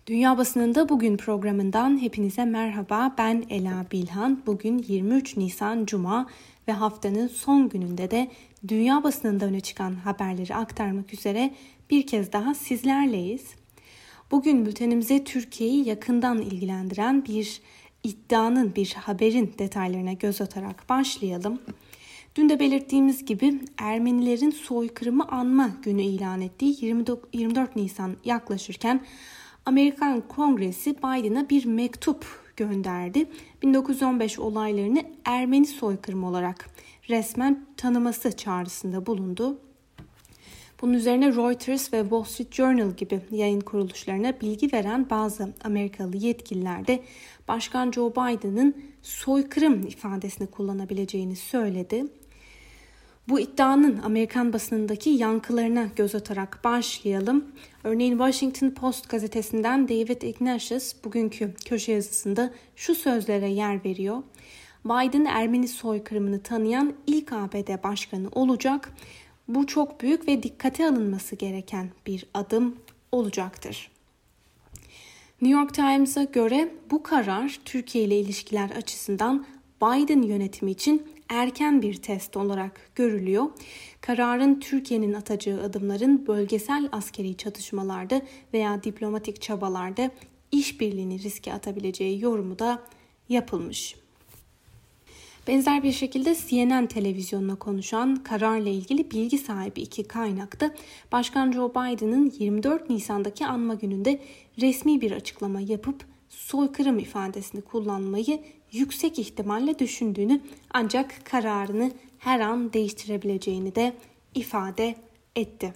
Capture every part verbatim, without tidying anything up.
Dünya Basınında Bugün programından hepinize merhaba. Ben Ela Bilhan. Bugün yirmi üç Nisan Cuma ve haftanın son gününde de dünya basınında öne çıkan haberleri aktarmak üzere bir kez daha sizlerleyiz. Bugün bültenimize Türkiye'yi yakından ilgilendiren bir iddianın, bir haberin detaylarına göz atarak başlayalım. Dün de belirttiğimiz gibi Ermenilerin soykırımı anma günü ilan ettiği yirmi dört Nisan yaklaşırken Amerikan Kongresi Biden'a bir mektup gönderdi. bin dokuz yüz on beş olaylarını Ermeni soykırımı olarak resmen tanıması çağrısında bulundu. Bunun üzerine Reuters ve Wall Street Journal gibi yayın kuruluşlarına bilgi veren bazı Amerikalı yetkililer de Başkan Joe Biden'ın soykırım ifadesini kullanabileceğini söyledi. Bu iddianın Amerikan basınındaki yankılarına göz atarak başlayalım. Örneğin Washington Post gazetesinden David Ignatius bugünkü köşe yazısında şu sözlere yer veriyor. Biden Ermeni soykırımını tanıyan ilk A B D başkanı olacak. Bu çok büyük ve dikkate alınması gereken bir adım olacaktır. New York Times'a göre bu karar Türkiye ile ilişkiler açısından Biden yönetimi için erken bir test olarak görülüyor. Kararın Türkiye'nin atacağı adımların bölgesel askeri çatışmalarda veya diplomatik çabalarda işbirliğini riske atabileceği yorumu da yapılmış. Benzer bir şekilde C N N televizyonuna konuşan kararla ilgili bilgi sahibi iki kaynakta Başkan Joe Biden'ın yirmi dört Nisan'daki anma gününde resmi bir açıklama yapıp soykırım ifadesini kullanmayı yüksek ihtimalle düşündüğünü ancak kararını her an değiştirebileceğini de ifade etti.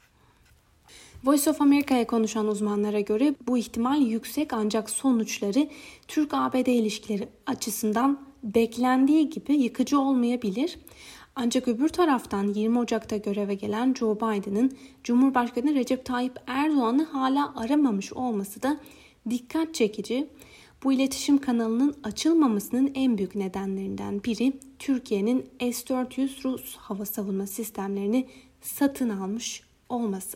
Voice of America'ya konuşan uzmanlara göre bu ihtimal yüksek ancak sonuçları Türk-A B D ilişkileri açısından beklendiği gibi yıkıcı olmayabilir. Ancak öbür taraftan yirmi Ocak'ta göreve gelen Joe Biden'ın Cumhurbaşkanı Recep Tayyip Erdoğan'ı hala aramamış olması da dikkat çekici. Bu iletişim kanalının açılmamasının en büyük nedenlerinden biri Türkiye'nin S dört yüz Rus hava savunma sistemlerini satın almış olması.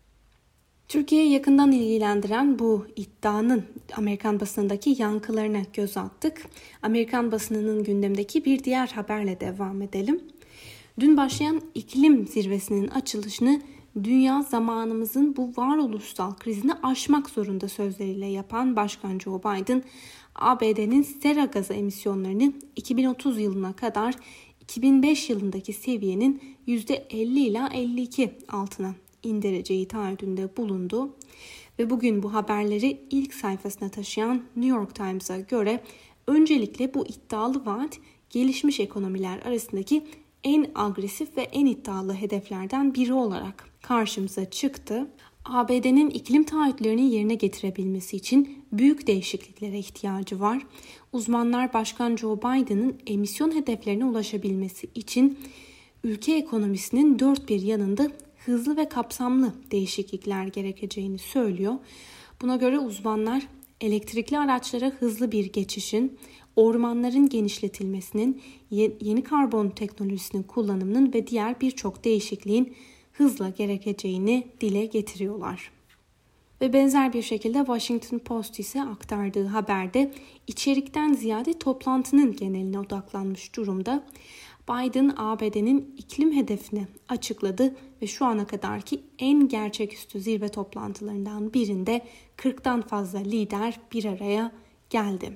Türkiye'yi yakından ilgilendiren bu iddianın Amerikan basınındaki yankılarına göz attık. Amerikan basınının gündemdeki bir diğer haberle devam edelim. Dün başlayan iklim zirvesinin açılışını dünya zamanımızın bu varoluşsal krizini aşmak zorunda sözleriyle yapan Başkan Joe Biden, A B D'nin sera gazı emisyonlarını iki bin otuz yılına kadar iki bin beş yılındaki seviyenin yüzde elli ila elli iki altına indireceği taahhüdünde bulundu. Ve bugün bu haberleri ilk sayfasına taşıyan New York Times'a göre öncelikle bu iddialı vaat gelişmiş ekonomiler arasındaki en agresif ve en iddialı hedeflerden biri olarak karşımıza çıktı. A B D'nin iklim taahhütlerini yerine getirebilmesi için büyük değişikliklere ihtiyacı var. Uzmanlar Başkan Joe Biden'ın emisyon hedeflerine ulaşabilmesi için ülke ekonomisinin dört bir yanında hızlı ve kapsamlı değişiklikler gerekeceğini söylüyor. Buna göre uzmanlar elektrikli araçlara hızlı bir geçişin, ormanların genişletilmesinin, yeni karbon teknolojisinin kullanımının ve diğer birçok değişikliğin hızla gerekeceğini dile getiriyorlar. Ve benzer bir şekilde Washington Post ise aktardığı haberde içerikten ziyade toplantının geneline odaklanmış durumda. Biden A B D'nin iklim hedefini açıkladı ve şu ana kadarki en gerçeküstü zirve toplantılarından birinde kırktan fazla lider bir araya geldi.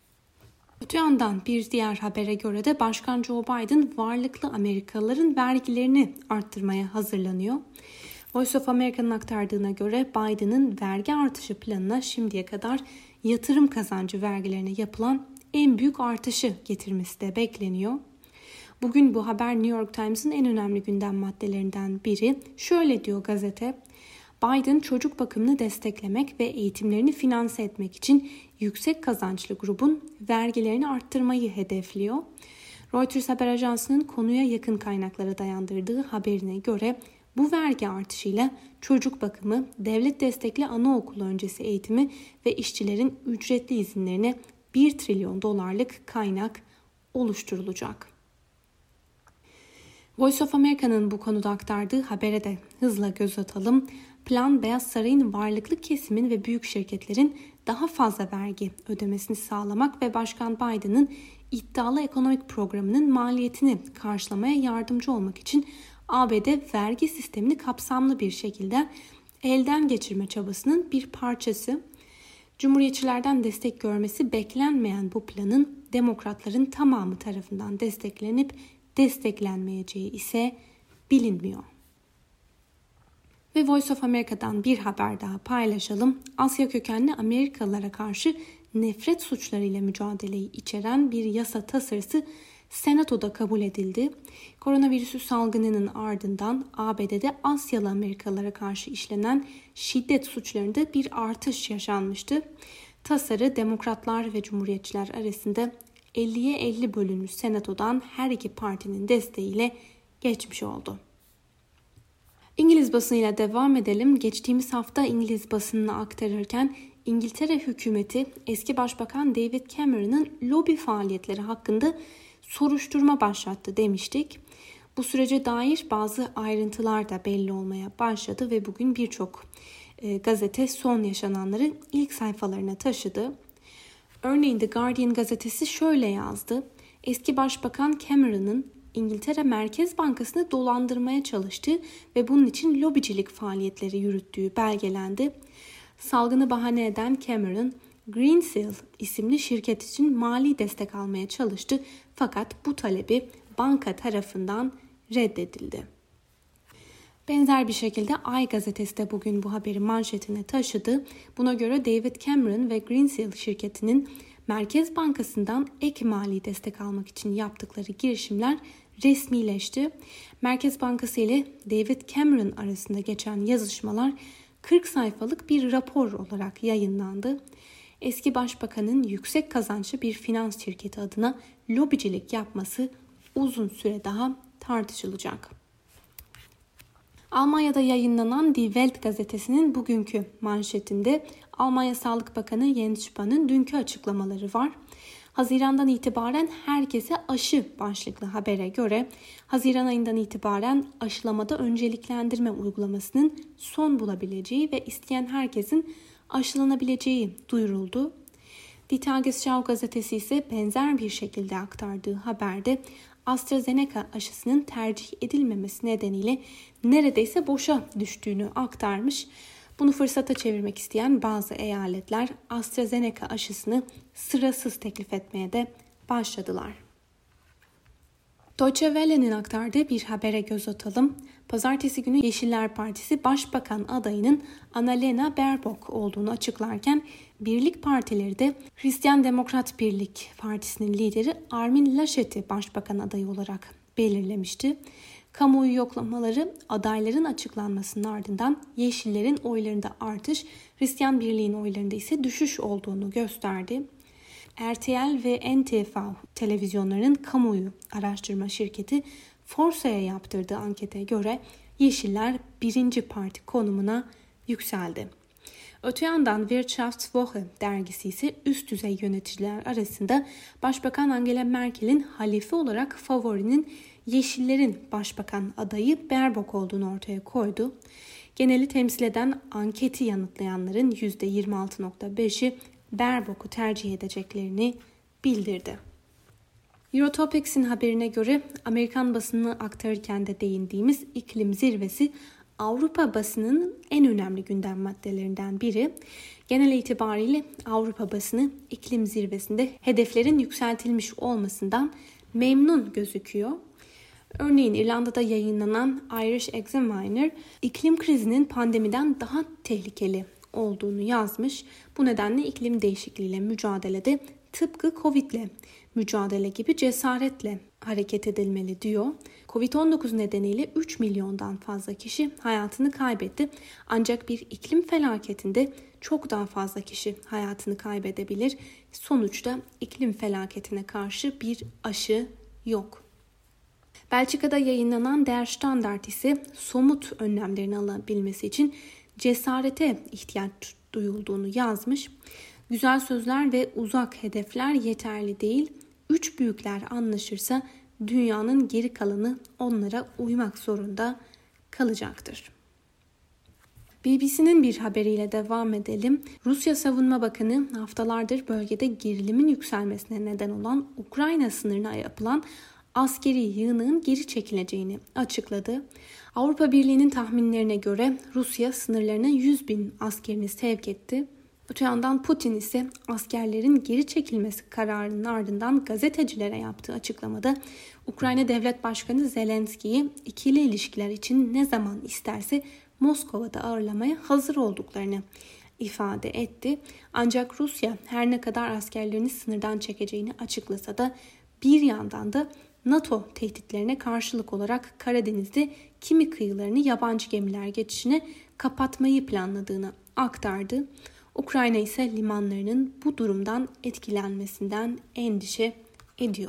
Öte yandan bir diğer habere göre de Başkan Joe Biden varlıklı Amerikalıların vergilerini arttırmaya hazırlanıyor. Voice of America'nın aktardığına göre Biden'ın vergi artışı planına şimdiye kadar yatırım kazancı vergilerine yapılan en büyük artışı getirmesi de bekleniyor. Bugün bu haber New York Times'ın en önemli gündem maddelerinden biri. Şöyle diyor gazete, Biden çocuk bakımını desteklemek ve eğitimlerini finanse etmek için yüksek kazançlı grubun vergilerini arttırmayı hedefliyor. Reuters haber ajansının konuya yakın kaynaklara dayandırdığı haberine göre bu vergi artışıyla çocuk bakımı, devlet destekli anaokulu öncesi eğitimi ve işçilerin ücretli izinlerine bir trilyon dolarlık kaynak oluşturulacak. Voice of America'nın bu konuda aktardığı habere de hızla göz atalım. Plan, Beyaz Saray'ın varlıklı kesimin ve büyük şirketlerin daha fazla vergi ödemesini sağlamak ve Başkan Biden'ın iddialı ekonomik programının maliyetini karşılamaya yardımcı olmak için A B D vergi sistemini kapsamlı bir şekilde elden geçirme çabasının bir parçası. Cumhuriyetçilerden destek görmesi beklenmeyen bu planın Demokratların tamamı tarafından desteklenip desteklenmeyeceği ise bilinmiyor. Ve Voice of America'dan bir haber daha paylaşalım. Asya kökenli Amerikalılara karşı nefret suçlarıyla mücadeleyi içeren bir yasa tasarısı Senato'da kabul edildi. Koronavirüsü salgınının ardından A B D'de Asyalı Amerikalılara karşı işlenen şiddet suçlarında bir artış yaşanmıştı. Tasarı Demokratlar ve Cumhuriyetçiler arasında elliye elli bölünmüş Senato'dan her iki partinin desteğiyle geçmiş oldu. İngiliz basınıyla devam edelim. Geçtiğimiz hafta İngiliz basınına aktarırken İngiltere hükümeti eski Başbakan David Cameron'ın lobi faaliyetleri hakkında soruşturma başlattı demiştik. Bu sürece dair bazı ayrıntılar da belli olmaya başladı ve bugün birçok e, gazete son yaşananları ilk sayfalarına taşıdı. Örneğin The Guardian gazetesi şöyle yazdı. Eski Başbakan Cameron'ın İngiltere Merkez Bankası'nı dolandırmaya çalıştığı ve bunun için lobicilik faaliyetleri yürüttüğü belgelendi. Salgını bahane eden Cameron, Greensill isimli şirket için mali destek almaya çalıştı fakat bu talebi banka tarafından reddedildi. Benzer bir şekilde Ay gazetesi de bugün bu haberi manşetine taşıdı. Buna göre David Cameron ve Greensill şirketinin Merkez Bankası'ndan ek mali destek almak için yaptıkları girişimler resmileşti. Merkez Bankası ile David Cameron arasında geçen yazışmalar kırk sayfalık bir rapor olarak yayınlandı. Eski başbakanın yüksek kazançlı bir finans şirketi adına lobicilik yapması uzun süre daha tartışılacak. Almanya'da yayınlanan Die Welt gazetesinin bugünkü manşetinde Almanya Sağlık Bakanı Jens Spahn'ın dünkü açıklamaları var. Hazirandan itibaren herkese aşı başlıklı habere göre Haziran ayından itibaren aşılamada önceliklendirme uygulamasının son bulabileceği ve isteyen herkesin aşılanabileceği duyuruldu. Die Tagesschau gazetesi ise benzer bir şekilde aktardığı haberde AstraZeneca aşısının tercih edilmemesi nedeniyle neredeyse boşa düştüğünü aktarmış. Bunu fırsata çevirmek isteyen bazı eyaletler AstraZeneca aşısını sırasız teklif etmeye de başladılar. Deutsche Welle'nin aktardığı bir habere göz atalım. Pazartesi günü Yeşiller Partisi Başbakan adayının Annalena Baerbock olduğunu açıklarken Birlik Partileri de Hristiyan Demokrat Birlik Partisi'nin lideri Armin Laschet'i Başbakan adayı olarak belirlemişti. Kamuoyu yoklamaları adayların açıklanmasının ardından Yeşillerin oylarında artış, Hristiyan Birliği'nin oylarında ise düşüş olduğunu gösterdi. R T L ve N T V televizyonlarının kamuoyu araştırma şirketi Forsa'ya yaptırdığı ankete göre Yeşiller birinci parti konumuna yükseldi. Öte yandan Wirtschaftswoche dergisi ise üst düzey yöneticiler arasında Başbakan Angela Merkel'in halife olarak favorinin Yeşillerin başbakan adayı Baerbock olduğunu ortaya koydu. Geneli temsil eden anketi yanıtlayanların yüzde yirmi altı nokta beşi Baerbock'u tercih edeceklerini bildirdi. Eurotopics'in haberine göre Amerikan basınını aktarırken de değindiğimiz iklim zirvesi Avrupa basınının en önemli gündem maddelerinden biri. Genel itibariyle Avrupa basını iklim zirvesinde hedeflerin yükseltilmiş olmasından memnun gözüküyor. Örneğin İrlanda'da yayınlanan Irish Examiner iklim krizinin pandemiden daha tehlikeli olduğunu yazmış. Bu nedenle iklim değişikliğiyle mücadelede tıpkı Covid'le mücadele gibi cesaretle hareket edilmeli diyor. kovid on dokuz nedeniyle üç milyondan fazla kişi hayatını kaybetti. Ancak bir iklim felaketinde çok daha fazla kişi hayatını kaybedebilir. Sonuçta iklim felaketine karşı bir aşı yok. Belçika'da yayınlanan Der Standard ise somut önlemlerin alabilmesi için cesarete ihtiyaç duyulduğunu yazmış. Güzel sözler ve uzak hedefler yeterli değil. Üç büyükler anlaşırsa dünyanın geri kalanı onlara uymak zorunda kalacaktır. B B C'nin bir haberiyle devam edelim. Rusya Savunma Bakanı haftalardır bölgede gerilimin yükselmesine neden olan Ukrayna sınırına yapılan askeri yığınığın geri çekileceğini açıkladı. Avrupa Birliği'nin tahminlerine göre Rusya sınırlarına yüz bin askerini sevk etti. Öte yandan Putin ise askerlerin geri çekilmesi kararının ardından gazetecilere yaptığı açıklamada Ukrayna Devlet Başkanı Zelenski'yi ikili ilişkiler için ne zaman isterse Moskova'da ağırlamaya hazır olduklarını ifade etti. Ancak Rusya her ne kadar askerlerini sınırdan çekeceğini açıklasa da bir yandan da NATO tehditlerine karşılık olarak Karadeniz'de kimi kıyılarını yabancı gemiler geçişine kapatmayı planladığını aktardı. Ukrayna ise limanlarının bu durumdan etkilenmesinden endişe ediyor.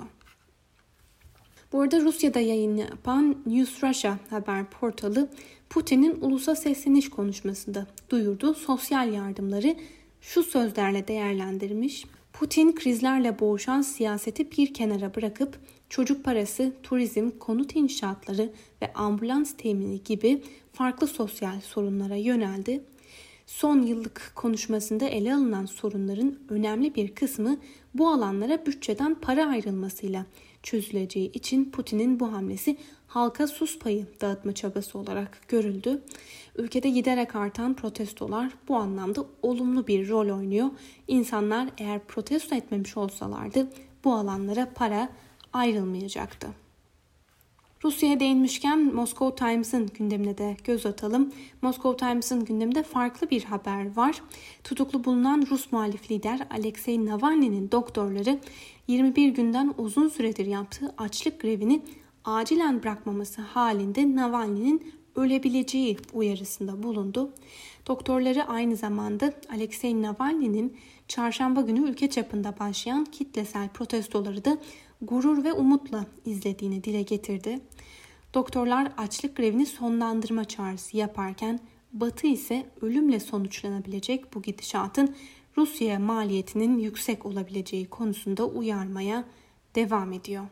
Bu arada Rusya'da yayın yapan News Russia haber portalı Putin'in ulusa sesleniş konuşmasında duyurduğu sosyal yardımları şu sözlerle değerlendirmiş. Putin krizlerle boğuşan siyaseti bir kenara bırakıp çocuk parası, turizm, konut inşaatları ve ambulans temini gibi farklı sosyal sorunlara yöneldi. Son yıllık konuşmasında ele alınan sorunların önemli bir kısmı bu alanlara bütçeden para ayrılmasıyla çözüleceği için Putin'in bu hamlesi halka sus payı dağıtma çabası olarak görüldü. Ülkede giderek artan protestolar bu anlamda olumlu bir rol oynuyor. İnsanlar eğer protesto etmemiş olsalardı bu alanlara para ayrılmayacaktı. Rusya'ya değinmişken Moscow Times'ın gündemine de göz atalım. Moscow Times'ın gündeminde farklı bir haber var. Tutuklu bulunan Rus muhalif lider Alexei Navalny'nin doktorları yirmi bir günden uzun süredir yaptığı açlık grevini acilen bırakmaması halinde Navalny'nin ölebileceği uyarısında bulundu. Doktorları aynı zamanda Alexei Navalny'nin çarşamba günü ülke çapında başlayan kitlesel protestoları da gurur ve umutla izlediğini dile getirdi. Doktorlar açlık grevini sonlandırma çağrısı yaparken Batı ise ölümle sonuçlanabilecek bu gidişatın Rusya'ya maliyetinin yüksek olabileceği konusunda uyarmaya devam ediyor.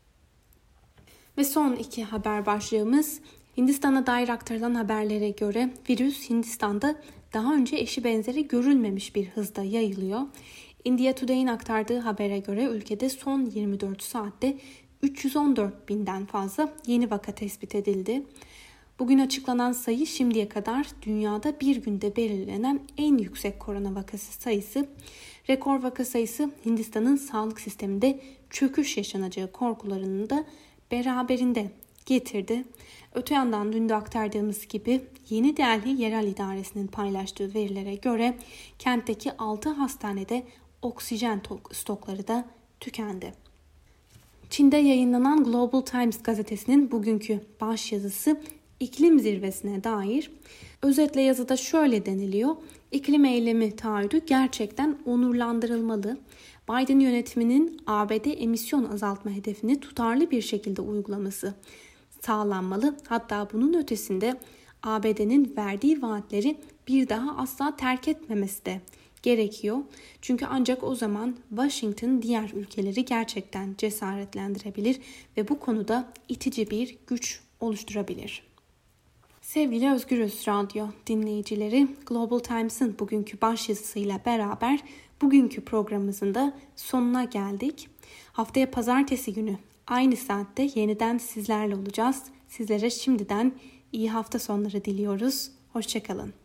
Ve son iki haber başlığımız Hindistan'a dair aktarılan haberlere göre virüs Hindistan'da daha önce eşi benzeri görülmemiş bir hızda yayılıyor. India Today'in aktardığı habere göre ülkede son yirmi dört saatte üç yüz on dört binden fazla yeni vaka tespit edildi. Bugün açıklanan sayı şimdiye kadar dünyada bir günde belirlenen en yüksek korona vakası sayısı. Rekor vaka sayısı Hindistan'ın sağlık sisteminde çöküş yaşanacağı korkularını da beraberinde getirdi. Öte yandan dün de aktardığımız gibi Yeni Delhi Yerel İdaresi'nin paylaştığı verilere göre kentteki altı hastanede oksijen stokları da tükendi. Çin'de yayınlanan Global Times gazetesinin bugünkü başyazısı iklim zirvesine dair. Özetle yazıda şöyle deniliyor. İklim eylemi taahhüdü gerçekten onurlandırılmalı. Biden yönetiminin A B D emisyon azaltma hedefini tutarlı bir şekilde uygulaması sağlanmalı. Hatta bunun ötesinde A B D'nin verdiği vaatleri bir daha asla terk etmemesi de gerekiyor. Çünkü ancak o zaman Washington diğer ülkeleri gerçekten cesaretlendirebilir ve bu konuda itici bir güç oluşturabilir. Sevgili Özgürüz Radyo dinleyicileri, Global Times'ın bugünkü başyazısıyla beraber bugünkü programımızın da sonuna geldik. Haftaya pazartesi günü aynı saatte yeniden sizlerle olacağız. Sizlere şimdiden iyi hafta sonları diliyoruz. Hoşça kalın.